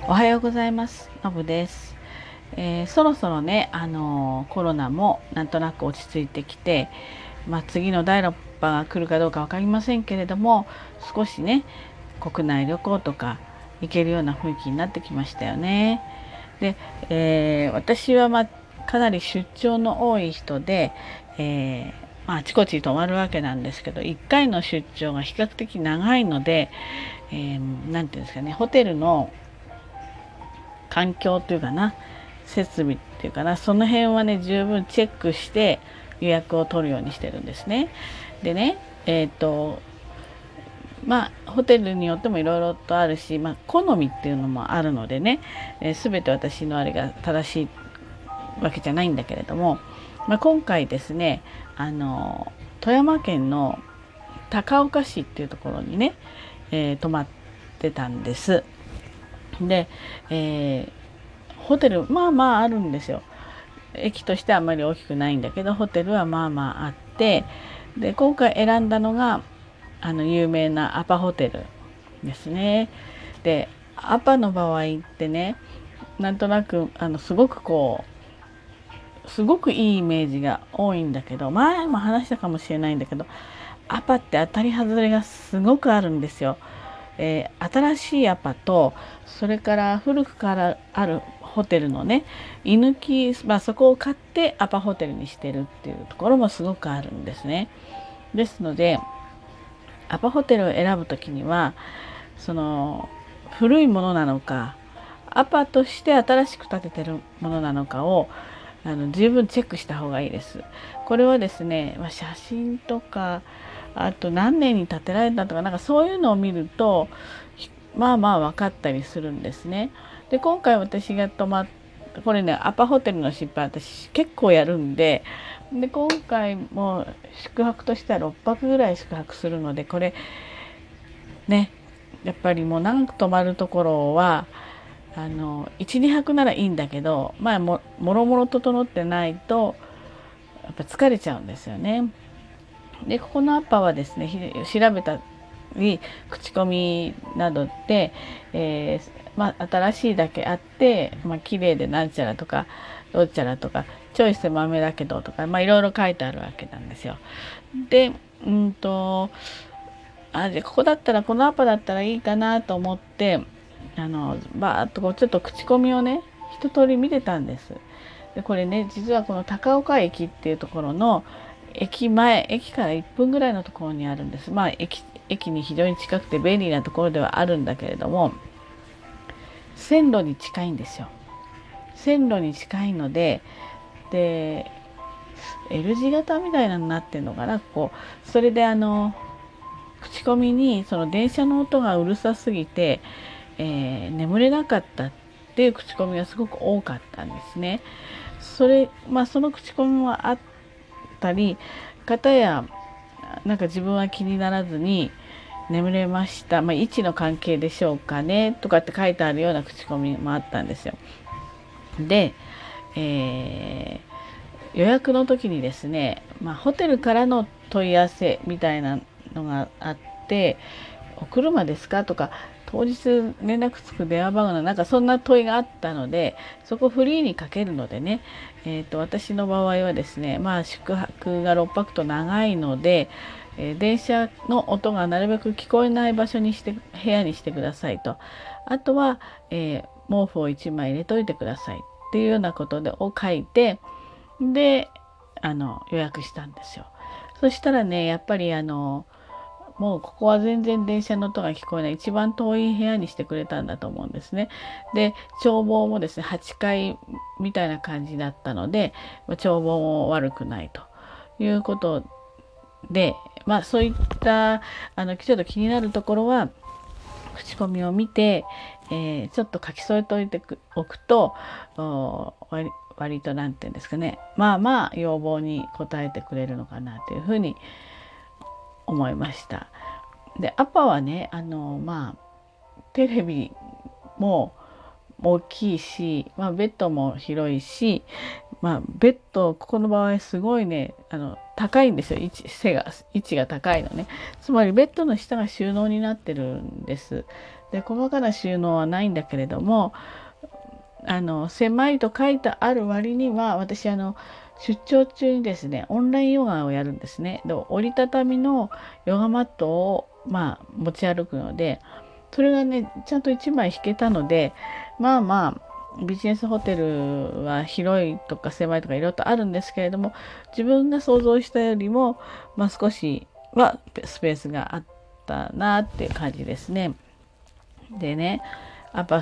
おはようございます。のぶです。そろそろね、コロナもなんとなく落ち着いてきて、次の第6波が来るかどうか分かりませんけれども、少しね、国内旅行とか行けるような雰囲気になってきましたよね。で、私はかなり出張の多い人で、あちこち泊まるわけなんですけど、1回の出張が比較的長いので、なんていうんですかね、ホテルの環境というかな、設備っていうかな、その辺はね十分チェックして予約を取るようにしてるんですね。でね、ホテルによってもいろいろとあるし、好みっていうのもあるのでね、全て私のあれが正しいわけじゃないんだけれども、今回ですね、富山県の高岡市っていうところにね、泊まってたんです。で、ホテルあるんですよ。駅としてはあんまり大きくないんだけど、ホテルはあって、で今回選んだのが有名なアパホテルですね。でアパの場合ってね、なんとなくすごくいいイメージが多いんだけど、前も話したかもしれないんだけど、アパって当たり外れがすごくあるんですよ。新しいアパと、それから古くからあるホテルのね居抜き、そこを買ってアパホテルにしてるっていうところもすごくあるんですね。ですのでアパホテルを選ぶときには、その古いものなのかアパとして新しく建ててるものなのかを十分チェックした方がいいです。これはですね、写真とか、あと何年に建てられたとか、そういうのを見ると分かったりするんですね。で今回私が泊まっこれね、アパホテルの失敗私結構やるんで、今回も宿泊としては6泊ぐらい宿泊するので、これね、やっぱりもう長く泊まるところは12泊ならいいんだけど、もろもろ整ってないとやっぱ疲れちゃうんですよね。でここのアッパーはですね、調べたり口コミなどで、新しいだけあって、綺麗でなんちゃらとかどうちゃらとか、チョイス豆だけどとか、いろいろ書いてあるわけなんですよ。でじゃあここだったら、このアパだったらいいかなと思って、バーッとちょっと口コミをね一通り見てたんです。でこれね、実はこの高岡駅っていうところの駅から1分ぐらいのところにあるんです。駅に非常に近くて便利なところではあるんだけれども、線路に近いんですよ。線路に近いので、L 字型みたいなのになってるのかな、それで口コミにその電車の音がうるさすぎて、眠れなかったっていう口コミがすごく多かったんですね。その口コミもあったり、片や自分は気にならずに眠れました、位置の関係でしょうかねとかって書いてあるような口コミもあったんですよ。で、予約の時にですね、ホテルからの問い合わせみたいなのがあって、お車ですかとか、当日連絡つく電話番号のそんな問いがあったので、そこフリーにかけるのでね、私の場合はですね、宿泊が6泊と長いので、電車の音がなるべく聞こえない場所にして、部屋にしてくださいと、あとは、毛布を1枚入れといてくださいっていうようなことを書いて、で予約したんですよ。そしたらね、やっぱりもうここは全然電車の音が聞こえない、一番遠い部屋にしてくれたんだと思うんですね。で眺望もですね、8階みたいな感じだったので、眺望も悪くないということで、そういったちょっと気になるところは口コミを見て、ちょっと書き添えておくと、割となんていうんですかね、要望に応えてくれるのかなというふうに思いました。でアパはね、テレビも大きいし、ベッドも広いし、 ベッド、ここの場合すごいね、高いんですよ。位置が高いのね。つまりベッドの下が収納になってるんです。で、細かな収納はないんだけれども、狭いと書いてある割には、私、出張中にですね、オンラインヨガをやるんですね。で、折りたたみのヨガマットを、持ち歩くので、それがね、ちゃんと1枚引けたので、ビジネスホテルは広いとか狭いとかいろいろとあるんですけれども、自分が想像したよりも、少しはスペースがあったなっていう感じですね。でね、やっぱ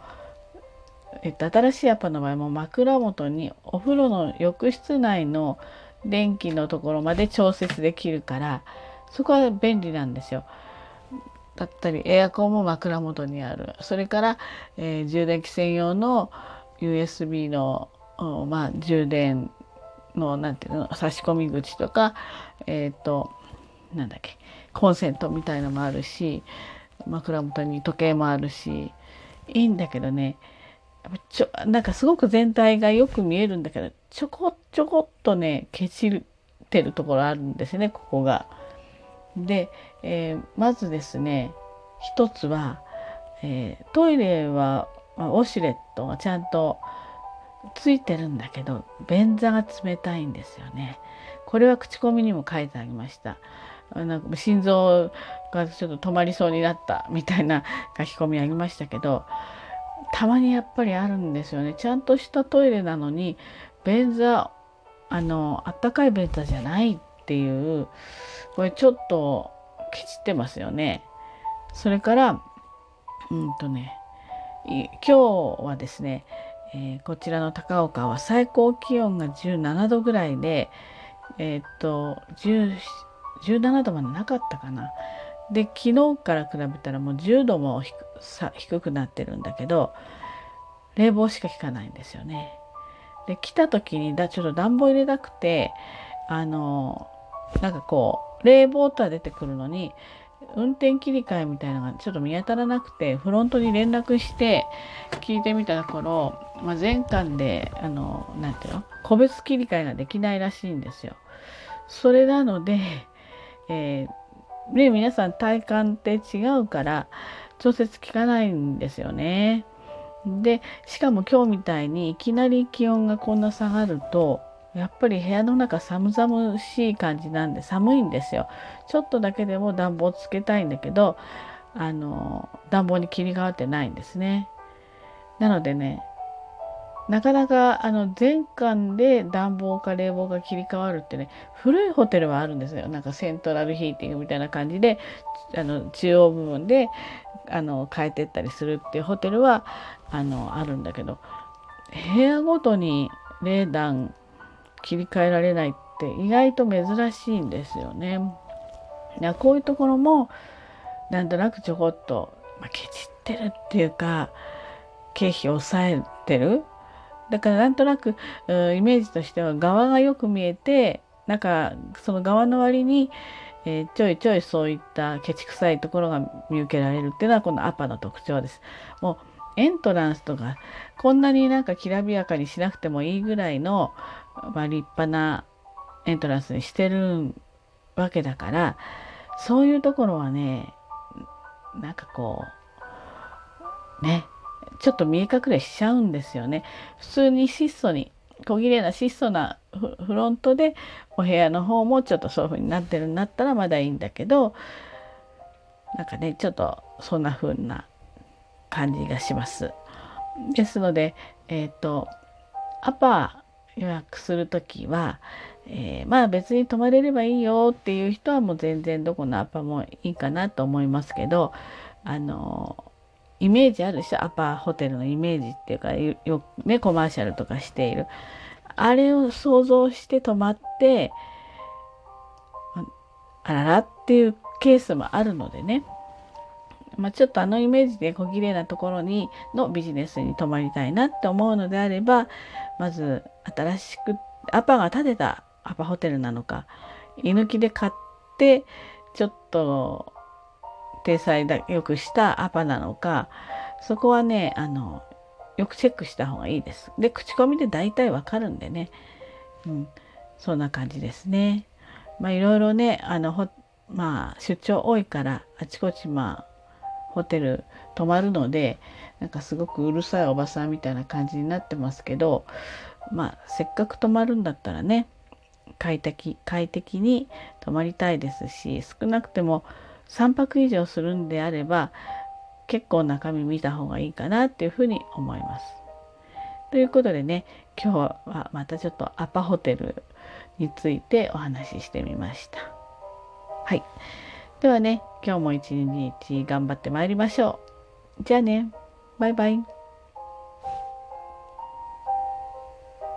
新しいアパの場合も枕元にお風呂の浴室内の電気のところまで調節できるから、そこは便利なんですよ。だったりエアコンも枕元にある。それから、充電器専用の USB の、充電のなんていうの差し込み口とか、なんだっけコンセントみたいのもあるし、枕元に時計もあるし、いいんだけどね、なんかすごく全体がよく見えるんだけど、ちょこちょこっとねケチってるところあるんですね、ここが。で、まずですね、一つは、トイレは、ウォシュレットがちゃんとついてるんだけど、便座が冷たいんですよね。これは口コミにも書いてありました。なんか心臓がちょっと止まりそうになったみたいな書き込みありましたけど、たまにやっぱりあるんですよね。ちゃんとしたトイレなのに便座、あったかい便座じゃないっていう、これちょっとケチってますよね。それから今日はですね、こちらの高岡は最高気温が17度ぐらいで、17度までなかったかな。で、昨日から比べたらもう10度も低くなってるんだけど、冷房しか効かないんですよね。で、来た時にちょっと暖房入れたくて、なんか冷房とは出てくるのに、運転切り替えみたいなのがちょっと見当たらなくて、フロントに連絡して聞いてみたところ、全館でなんていうの個別切り替えができないらしいんですよ。それなので、皆さん体感って違うから調節効かないんですよね。で、しかも今日みたいにいきなり気温がこんな下がると、やっぱり部屋の中寒々しい感じなんで寒いんですよ。ちょっとだけでも暖房つけたいんだけど、暖房に切り替わってないんですね。なのでね、なかなか全館で暖房か冷房が切り替わるってね、古いホテルはあるんですよ。なんかセントラルヒーティングみたいな感じで、中央部分で変えてったりするっていうホテルはあるんだけど、部屋ごとに冷暖切り替えられないって意外と珍しいんですよね。こういうところもなんとなくちょこっと、ケチってるっていうか、経費を抑えてる。だからなんとなくイメージとしては側がよく見えて、なんかその側の割に、ちょいちょいそういったケチくさいところが見受けられるっていうのはこのアパの特徴です。もうエントランスとかこんなになんかきらびやかにしなくてもいいぐらいの、立派なエントランスにしてるわけだから、そういうところはね、なんかちょっと見え隠れしちゃうんですよね。普通に小綺麗な質素なフロントでお部屋の方もちょっとそういう風になってるんだったらまだいいんだけど、なんかね、ちょっとそんな風な感じがします。ですので、アパ予約するときは、別に泊まれればいいよっていう人はもう全然どこのアパもいいかなと思いますけど、イメージあるでしょ、アパホテルのイメージっていうか、コマーシャルとかしている。あれを想像して泊まって、あららっていうケースもあるのでね。ちょっとイメージで小綺麗なところのビジネスに泊まりたいなって思うのであれば、まず新しくアパが建てたアパホテルなのか、居抜きで買ってちょっと体裁よくしたアパなのか、そこはねよくチェックした方がいいです。で、口コミで大体わかるんでね。そんな感じですね。いろいろね、出張多いからあちこちホテル泊まるので、なんかすごくうるさいおばさんみたいな感じになってますけど、せっかく泊まるんだったらね、快適に泊まりたいですし、少なくても3泊以上するんであれば結構中身見た方がいいかなっていうふうに思います。ということでね、今日はまたちょっとアパホテルについてお話ししてみました。はい。ではね、今日も一日頑張ってまいりましょう。じゃあね、バイバイ。